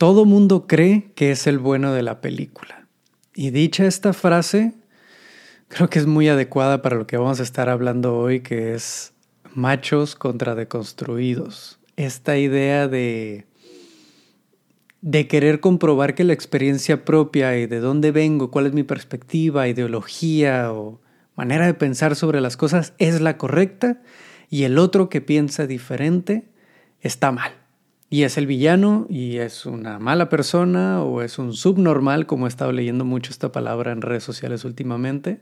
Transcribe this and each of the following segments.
todo mundo cree que es el bueno de la película. Y dicha esta frase, creo que es muy adecuada para lo que vamos a estar hablando hoy, que es machos contra deconstruidos. Esta idea de querer comprobar que la experiencia propia y de dónde vengo, cuál es mi perspectiva, ideología o manera de pensar sobre las cosas es la correcta y el otro que piensa diferente está mal. Y es el villano y es una mala persona o es un subnormal, como he estado leyendo mucho esta palabra en redes sociales últimamente.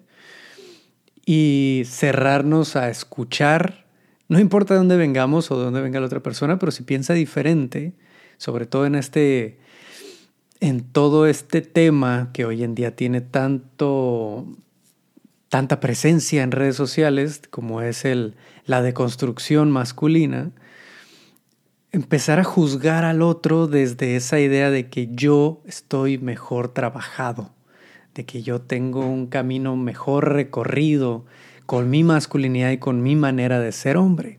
Y cerrarnos a escuchar, no importa de dónde vengamos o de dónde venga la otra persona, pero si piensa diferente, sobre todo en todo este tema que hoy en día tiene tanta presencia en redes sociales, como es la deconstrucción masculina, empezar a juzgar al otro desde esa idea de que yo estoy mejor trabajado, de que yo tengo un camino mejor recorrido con mi masculinidad y con mi manera de ser hombre.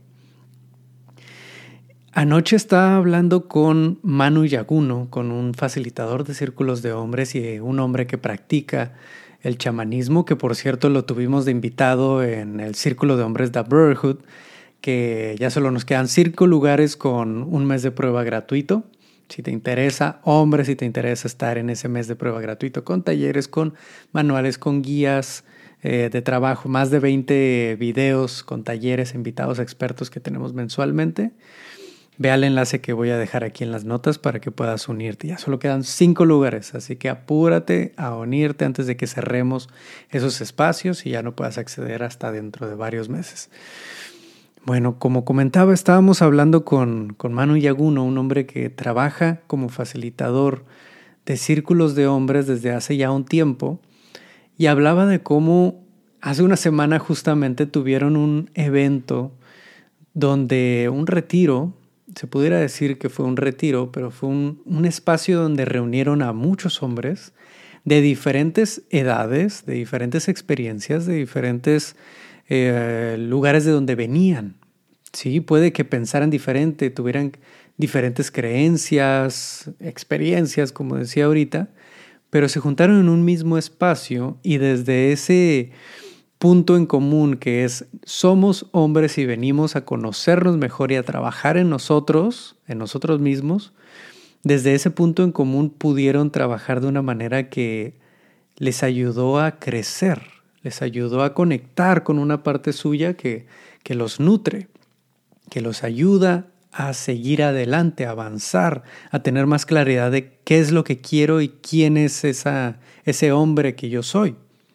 Anoche estaba hablando con Manu Yaguno, con un facilitador de círculos de hombres y un hombre que practica el chamanismo, que por cierto lo tuvimos de invitado en el Círculo de Hombres de Brotherhood, que ya solo nos quedan 5 lugares con un mes de prueba gratuito. Si te interesa, hombre, si te interesa estar en ese mes de prueba gratuito con talleres, con manuales, con guías de trabajo, más de 20 videos con talleres, invitados expertos que tenemos mensualmente. Ve al enlace que voy a dejar aquí en las notas para que puedas unirte. Ya solo quedan 5 lugares, así que apúrate a unirte antes de que cerremos esos espacios y ya no puedas acceder hasta dentro de varios meses. Bueno, como comentaba, estábamos hablando con Manu Yaguno, un hombre que trabaja como facilitador de círculos de hombres desde hace ya un tiempo, y hablaba de cómo hace una semana justamente tuvieron un evento donde un retiro, se pudiera decir que fue un retiro, pero fue un espacio donde reunieron a muchos hombres de diferentes edades, de diferentes experiencias, de diferentes lugares de donde venían. Sí, puede que pensaran diferente, tuvieran diferentes creencias, experiencias, como decía ahorita, pero se juntaron en un mismo espacio y desde ese punto en común que es somos hombres y venimos a conocernos mejor y a trabajar en nosotros mismos, desde ese punto en común pudieron trabajar de una manera que les ayudó a crecer, les ayudó a conectar con una parte suya que los nutre, que los ayuda a seguir adelante, a avanzar, a tener más claridad de qué es lo que quiero y quién es ese hombre que yo soy.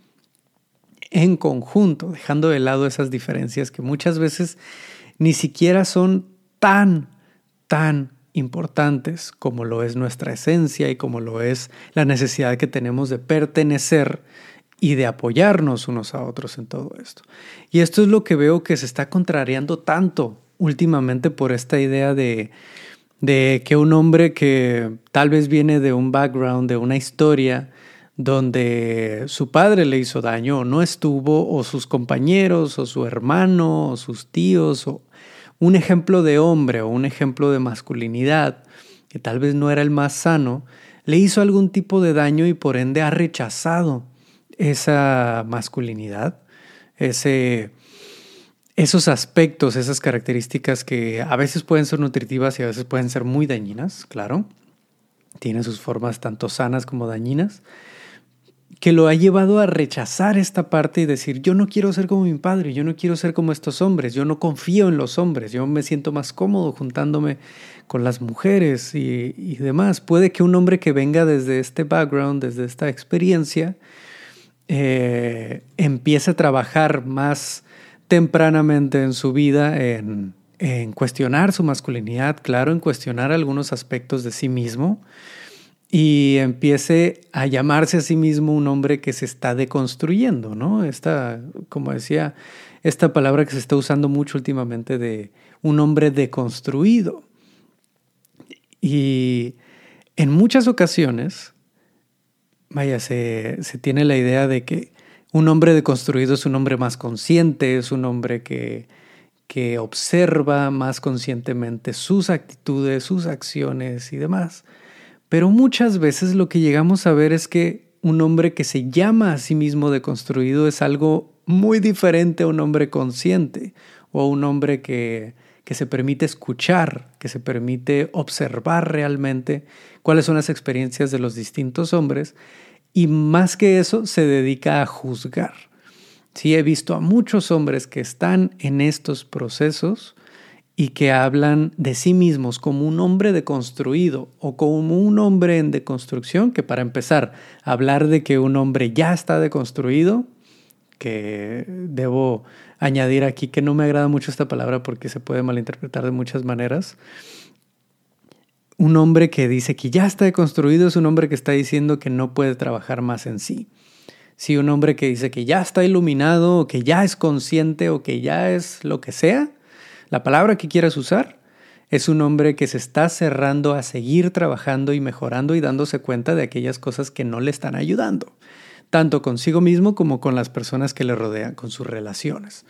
En conjunto, dejando de lado esas diferencias que muchas veces ni siquiera son tan importantes como lo es nuestra esencia y como lo es la necesidad que tenemos de pertenecer y de apoyarnos unos a otros en todo esto. Y esto es lo que veo que se está contrariando tanto últimamente por esta idea de que un hombre que tal vez viene de un background, de una historia donde su padre le hizo daño o no estuvo, o sus compañeros, o su hermano, o sus tíos, o un ejemplo de hombre o un ejemplo de masculinidad que tal vez no era el más sano, le hizo algún tipo de daño y por ende ha rechazado esa masculinidad, esos aspectos, esas características que a veces pueden ser nutritivas y a veces pueden ser muy dañinas, claro. Tiene sus formas tanto sanas como dañinas, que lo ha llevado a rechazar esta parte y decir, yo no quiero ser como mi padre, yo no quiero ser como estos hombres, yo no confío en los hombres, yo me siento más cómodo juntándome con las mujeres y demás. Puede que un hombre que venga desde este background, desde esta experiencia, empiece a trabajar más tempranamente en su vida en cuestionar su masculinidad, claro, en cuestionar algunos aspectos de sí mismo, y empiece a llamarse a sí mismo un hombre que se está deconstruyendo, ¿no? Como decía, esta palabra que se está usando mucho últimamente de un hombre deconstruido. Y en muchas ocasiones, se tiene la idea de que un hombre deconstruido es un hombre más consciente, es un hombre que observa más conscientemente sus actitudes, sus acciones y demás. Pero muchas veces lo que llegamos a ver es que un hombre que se llama a sí mismo deconstruido es algo muy diferente a un hombre consciente o a un hombre que se permite escuchar, que se permite observar realmente cuáles son las experiencias de los distintos hombres y más que eso se dedica a juzgar. Sí, he visto a muchos hombres que están en estos procesos y que hablan de sí mismos como un hombre deconstruido o como un hombre en deconstrucción, que para empezar, hablar de que un hombre ya está deconstruido, que debo añadir aquí que no me agrada mucho esta palabra porque se puede malinterpretar de muchas maneras. Un hombre que dice que ya está deconstruido es un hombre que está diciendo que no puede trabajar más en sí. Si un hombre que dice que ya está iluminado o que ya es consciente o que ya es lo que sea, la palabra que quieras usar, es un hombre que se está cerrando a seguir trabajando y mejorando y dándose cuenta de aquellas cosas que no le están ayudando, tanto consigo mismo como con las personas que le rodean, con sus relaciones.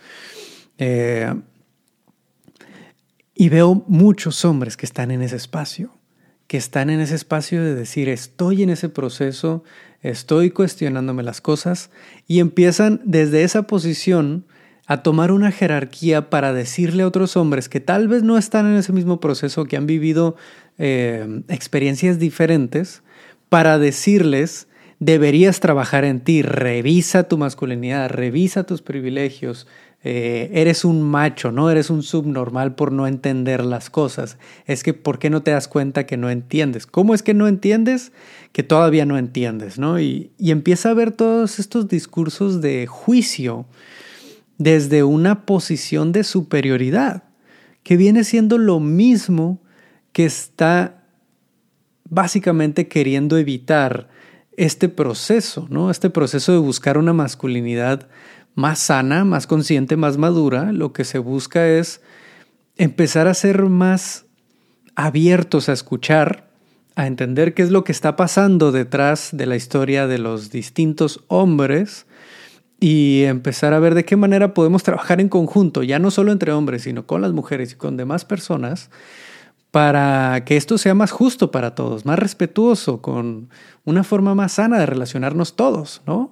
Y veo muchos hombres que están en ese espacio, de decir, estoy en ese proceso, estoy cuestionándome las cosas, y empiezan desde esa posición a tomar una jerarquía para decirle a otros hombres que tal vez no están en ese mismo proceso, que han vivido experiencias diferentes, para decirles, deberías trabajar en ti, revisa tu masculinidad, revisa tus privilegios, eres un macho, no eres un subnormal por no entender las cosas. Es que ¿por qué no te das cuenta que no entiendes? ¿Cómo es que no entiendes? Que todavía no entiendes, ¿no? Y empieza a ver todos estos discursos de juicio desde una posición de superioridad, que viene siendo lo mismo que está básicamente queriendo evitar este proceso, ¿no? Este proceso de buscar una masculinidad más sana, más consciente, más madura. Lo que se busca es empezar a ser más abiertos a escuchar, a entender qué es lo que está pasando detrás de la historia de los distintos hombres y empezar a ver de qué manera podemos trabajar en conjunto, ya no solo entre hombres, sino con las mujeres y con demás personas, para que esto sea más justo para todos, más respetuoso, con una forma más sana de relacionarnos todos, ¿no?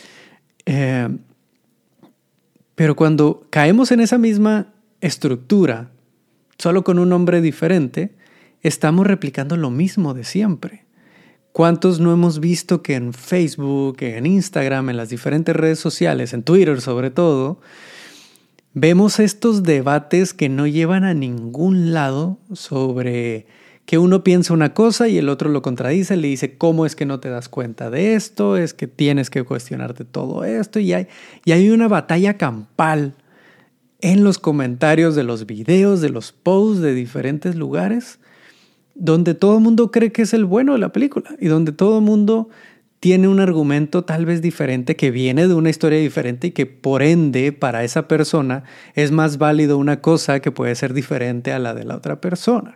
Pero cuando caemos en esa misma estructura, solo con un hombre diferente, estamos replicando lo mismo de siempre. ¿Cuántos no hemos visto que en Facebook, en Instagram, en las diferentes redes sociales, en Twitter sobre todo, vemos estos debates que no llevan a ningún lado sobre que uno piensa una cosa y el otro lo contradice, le dice ¿cómo es que no te das cuenta de esto? Es que tienes que cuestionarte todo esto y hay una batalla campal en los comentarios de los videos, de los posts de diferentes lugares, donde todo el mundo cree que es el bueno de la película y donde todo el mundo tiene un argumento tal vez diferente que viene de una historia diferente y que por ende para esa persona es más válido una cosa que puede ser diferente a la de la otra persona.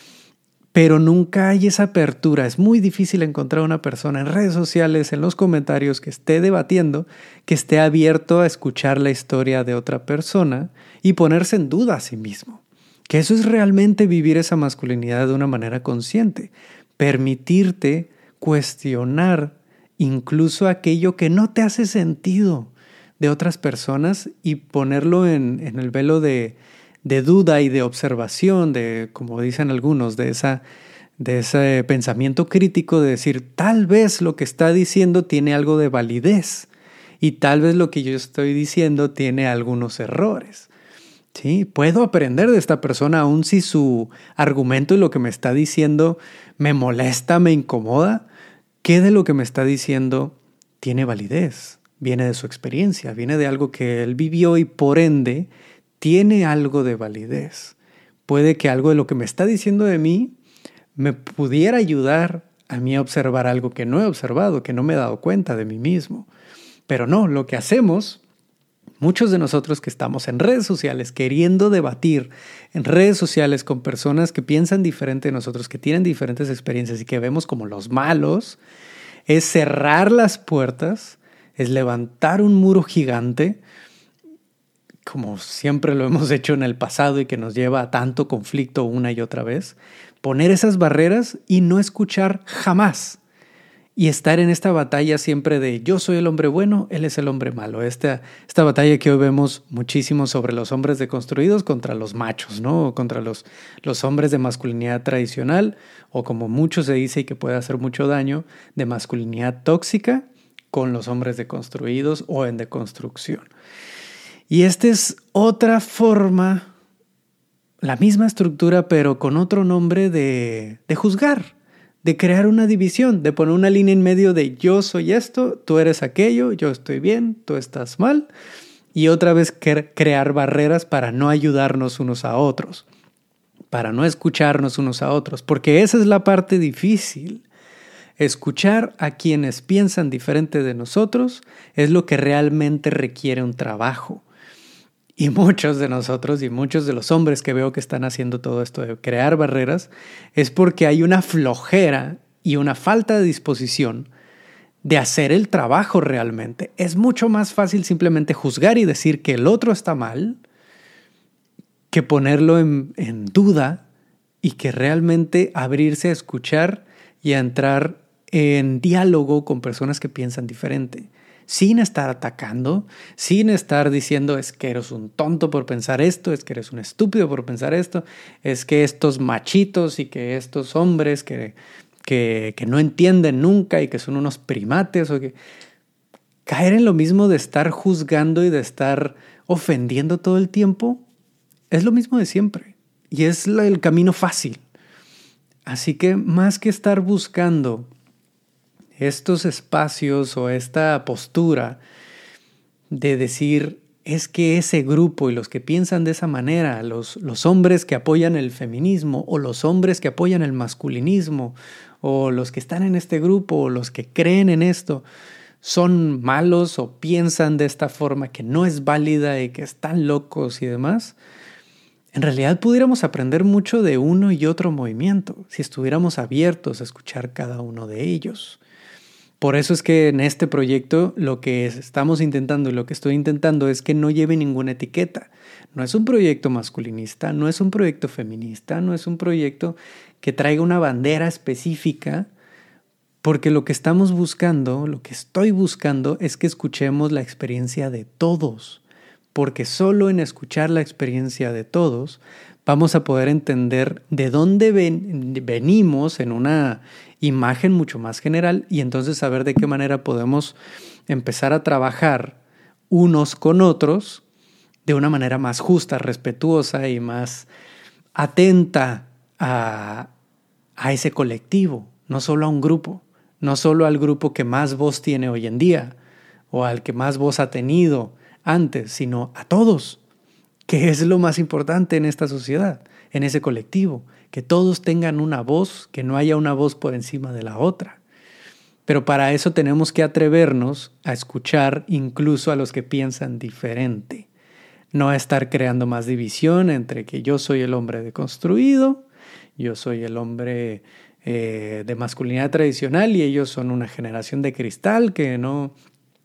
Pero nunca hay esa apertura. Es muy difícil encontrar una persona en redes sociales, en los comentarios, que esté debatiendo, que esté abierto a escuchar la historia de otra persona y ponerse en duda a sí mismo. Que eso es realmente vivir esa masculinidad de una manera consciente. Permitirte cuestionar incluso aquello que no te hace sentido de otras personas y ponerlo en el velo de duda y de observación, de, como dicen algunos, de ese pensamiento crítico de decir, tal vez lo que está diciendo tiene algo de validez y tal vez lo que yo estoy diciendo tiene algunos errores. ¿Sí? Puedo aprender de esta persona aun si su argumento y lo que me está diciendo me molesta, me incomoda. ¿Qué de lo que me está diciendo tiene validez? Viene de su experiencia, viene de algo que él vivió y por ende tiene algo de validez. Puede que algo de lo que me está diciendo de mí me pudiera ayudar a mí a observar algo que no he observado, que no me he dado cuenta de mí mismo. Pero no, lo que hacemos, muchos de nosotros que estamos en redes sociales queriendo debatir en redes sociales con personas que piensan diferente de nosotros, que tienen diferentes experiencias y que vemos como los malos, es cerrar las puertas, es levantar un muro gigante, como siempre lo hemos hecho en el pasado y que nos lleva a tanto conflicto una y otra vez, poner esas barreras y no escuchar jamás. Y estar en esta batalla siempre de yo soy el hombre bueno, él es el hombre malo. Esta batalla que hoy vemos muchísimo sobre los hombres deconstruidos contra los machos, ¿no? O contra los hombres de masculinidad tradicional, o como mucho se dice y que puede hacer mucho daño, de masculinidad tóxica con los hombres deconstruidos o en deconstrucción. Y esta es otra forma, la misma estructura, pero con otro nombre de juzgar. De crear una división, de poner una línea en medio de yo soy esto, tú eres aquello, yo estoy bien, tú estás mal. Y otra vez crear barreras para no ayudarnos unos a otros, para no escucharnos unos a otros, porque esa es la parte difícil. Escuchar a quienes piensan diferente de nosotros es lo que realmente requiere un trabajo. Y muchos de nosotros y muchos de los hombres que veo que están haciendo todo esto de crear barreras es porque hay una flojera y una falta de disposición de hacer el trabajo realmente. Es mucho más fácil simplemente juzgar y decir que el otro está mal que ponerlo en duda y que realmente abrirse a escuchar y a entrar en diálogo con personas que piensan diferente. Sin estar atacando, sin estar diciendo es que eres un tonto por pensar esto, es que eres un estúpido por pensar esto, es que estos machitos y que estos hombres que no entienden nunca y que son unos primates, o que caer en lo mismo de estar juzgando y de estar ofendiendo todo el tiempo, es lo mismo de siempre y es el camino fácil. Así que más que estar buscando estos espacios o esta postura de decir es que ese grupo y los que piensan de esa manera, los hombres que apoyan el feminismo o los hombres que apoyan el masculinismo o los que están en este grupo o los que creen en esto son malos o piensan de esta forma que no es válida y que están locos y demás, en realidad pudiéramos aprender mucho de uno y otro movimiento si estuviéramos abiertos a escuchar cada uno de ellos. Por eso es que en este proyecto lo que estamos intentando y lo que estoy intentando es que no lleve ninguna etiqueta. No es un proyecto masculinista, no es un proyecto feminista, no es un proyecto que traiga una bandera específica, porque lo que estamos buscando, lo que estoy buscando es que escuchemos la experiencia de todos, porque solo en escuchar la experiencia de todos vamos a poder entender de dónde venimos en una imagen mucho más general y entonces saber de qué manera podemos empezar a trabajar unos con otros de una manera más justa, respetuosa y más atenta a ese colectivo, no solo a un grupo, no solo al grupo que más voz tiene hoy en día o al que más voz ha tenido antes, sino a todos, que es lo más importante en esta sociedad, en ese colectivo, que todos tengan una voz, que no haya una voz por encima de la otra. Pero para eso tenemos que atrevernos a escuchar incluso a los que piensan diferente, no a estar creando más división entre que yo soy el hombre deconstruido, yo soy el hombre de masculinidad tradicional y ellos son una generación de cristal que no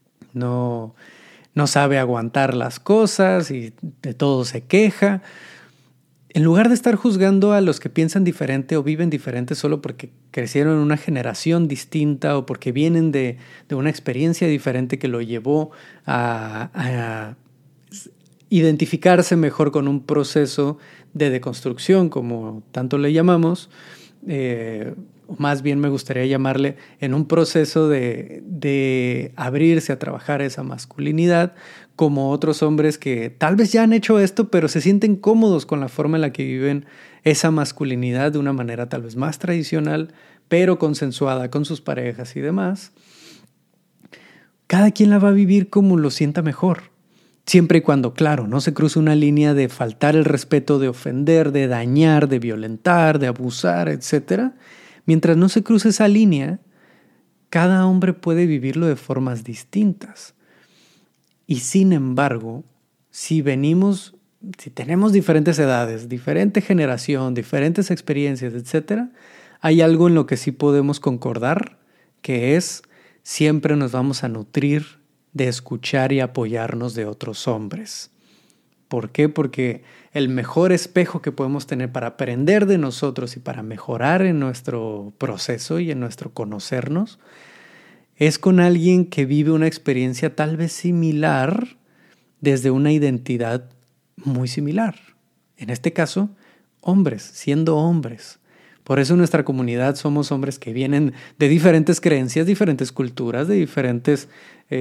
sabe aguantar las cosas y de todo se queja. En lugar de estar juzgando a los que piensan diferente o viven diferente solo porque crecieron en una generación distinta o porque vienen de una experiencia diferente que lo llevó a identificarse mejor con un proceso de deconstrucción, como tanto le llamamos, o más bien me gustaría llamarle en un proceso de abrirse a trabajar esa masculinidad, como otros hombres que tal vez ya han hecho esto, pero se sienten cómodos con la forma en la que viven esa masculinidad de una manera tal vez más tradicional, pero consensuada con sus parejas y demás. Cada quien la va a vivir como lo sienta mejor. Siempre y cuando, claro, no se cruce una línea de faltar el respeto, de ofender, de dañar, de violentar, de abusar, etc. Mientras no se cruce esa línea, cada hombre puede vivirlo de formas distintas. Y sin embargo, si tenemos diferentes edades, diferente generación, diferentes experiencias, etc., hay algo en lo que sí podemos concordar, que es siempre nos vamos a nutrir de escuchar y apoyarnos de otros hombres. ¿Por qué? Porque el mejor espejo que podemos tener para aprender de nosotros y para mejorar en nuestro proceso y en nuestro conocernos es con alguien que vive una experiencia tal vez similar desde una identidad muy similar. En este caso, hombres, siendo hombres. Por eso en nuestra comunidad somos hombres que vienen de diferentes creencias, diferentes culturas, de diferentes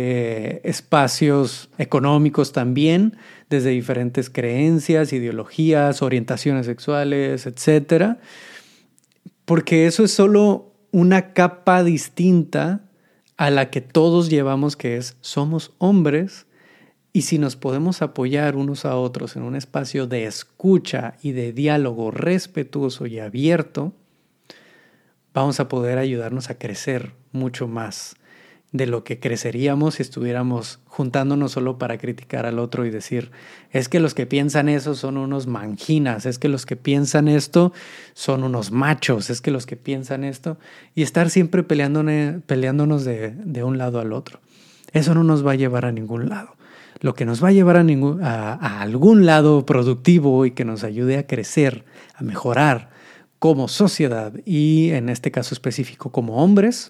espacios económicos también, desde diferentes creencias, ideologías, orientaciones sexuales, etc. Porque eso es solo una capa distinta a la que todos llevamos, que es somos hombres, y si nos podemos apoyar unos a otros en un espacio de escucha y de diálogo respetuoso y abierto, vamos a poder ayudarnos a crecer mucho más de lo que creceríamos si estuviéramos juntándonos solo para criticar al otro y decir, es que los que piensan eso son unos manginas, es que los que piensan esto son unos machos, es que los que piensan esto, y estar siempre peleándonos de un lado al otro. Eso no nos va a llevar a ningún lado. Lo que nos va a llevar a algún lado productivo y que nos ayude a crecer, a mejorar como sociedad y en este caso específico como hombres,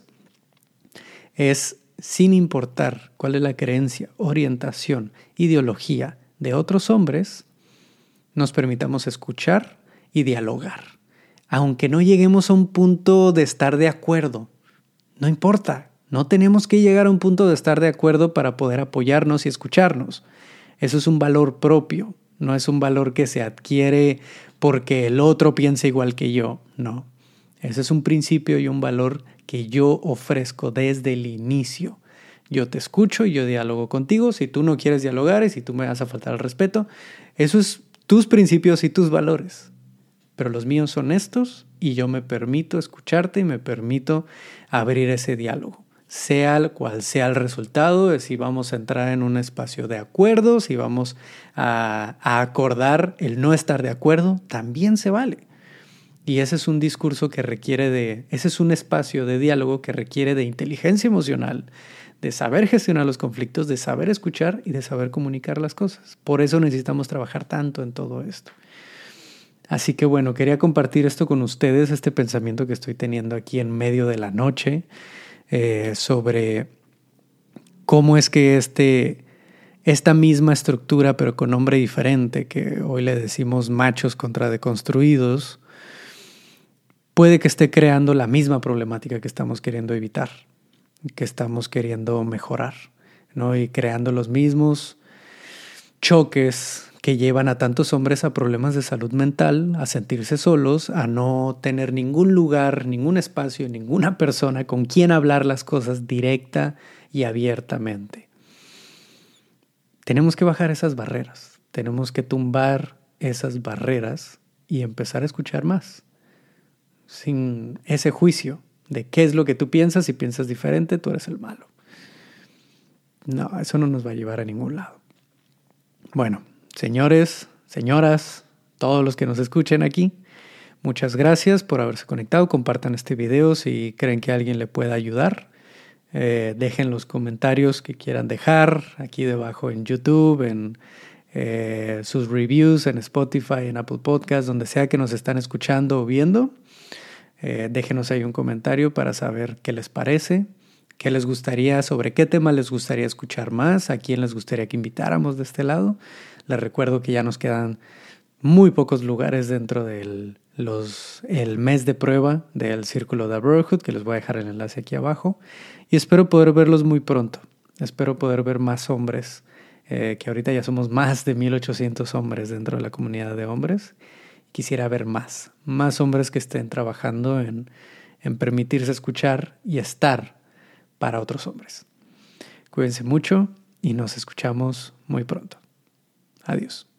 es sin importar cuál es la creencia, orientación, ideología de otros hombres, nos permitamos escuchar y dialogar. Aunque no lleguemos a un punto de estar de acuerdo, no importa, no tenemos que llegar a un punto de estar de acuerdo para poder apoyarnos y escucharnos. Eso es un valor propio, no es un valor que se adquiere porque el otro piensa igual que yo, no. Ese es un principio y un valor que yo ofrezco desde el inicio. Yo te escucho y yo dialogo contigo. Si tú no quieres dialogar y si tú me vas a faltar al respeto, eso es tus principios y tus valores. Pero los míos son estos y yo me permito escucharte y me permito abrir ese diálogo. Sea cual sea el resultado, si vamos a entrar en un espacio de acuerdo, si vamos a acordar el no estar de acuerdo, también se vale. Y ese es un discurso que ese es un espacio de diálogo que requiere de inteligencia emocional, de saber gestionar los conflictos, de saber escuchar y de saber comunicar las cosas. Por eso necesitamos trabajar tanto en todo esto. Así que bueno, quería compartir esto con ustedes, este pensamiento que estoy teniendo aquí en medio de la noche, sobre cómo es que esta misma estructura, pero con nombre diferente, que hoy le decimos machos contra deconstruidos, puede que esté creando la misma problemática que estamos queriendo evitar, que estamos queriendo mejorar, ¿no? Y creando los mismos choques que llevan a tantos hombres a problemas de salud mental, a sentirse solos, a no tener ningún lugar, ningún espacio, ninguna persona con quien hablar las cosas directa y abiertamente. Tenemos que bajar esas barreras, tenemos que tumbar esas barreras y empezar a escuchar más, sin ese juicio de qué es lo que tú piensas. Si piensas diferente, tú eres el malo. No, eso no nos va a llevar a ningún lado. Bueno, señores, señoras, todos los que nos escuchen aquí, muchas gracias por haberse conectado. Compartan este video si creen que a alguien le pueda ayudar. Dejen los comentarios que quieran dejar aquí debajo en YouTube, en sus reviews en Spotify, en Apple Podcasts, donde sea que nos están escuchando o viendo. Déjenos ahí un comentario para saber qué les parece, qué les gustaría, sobre qué tema les gustaría escuchar más, a quién les gustaría que invitáramos de este lado. Les recuerdo que ya nos quedan muy pocos lugares dentro del mes de prueba del Círculo de Brotherhood, que les voy a dejar el enlace aquí abajo. Y espero poder verlos muy pronto. Espero poder ver más hombres, que ahorita ya somos más de 1,800 hombres dentro de la comunidad de hombres. Quisiera ver más hombres que estén trabajando en permitirse escuchar y estar para otros hombres. Cuídense mucho y nos escuchamos muy pronto. Adiós.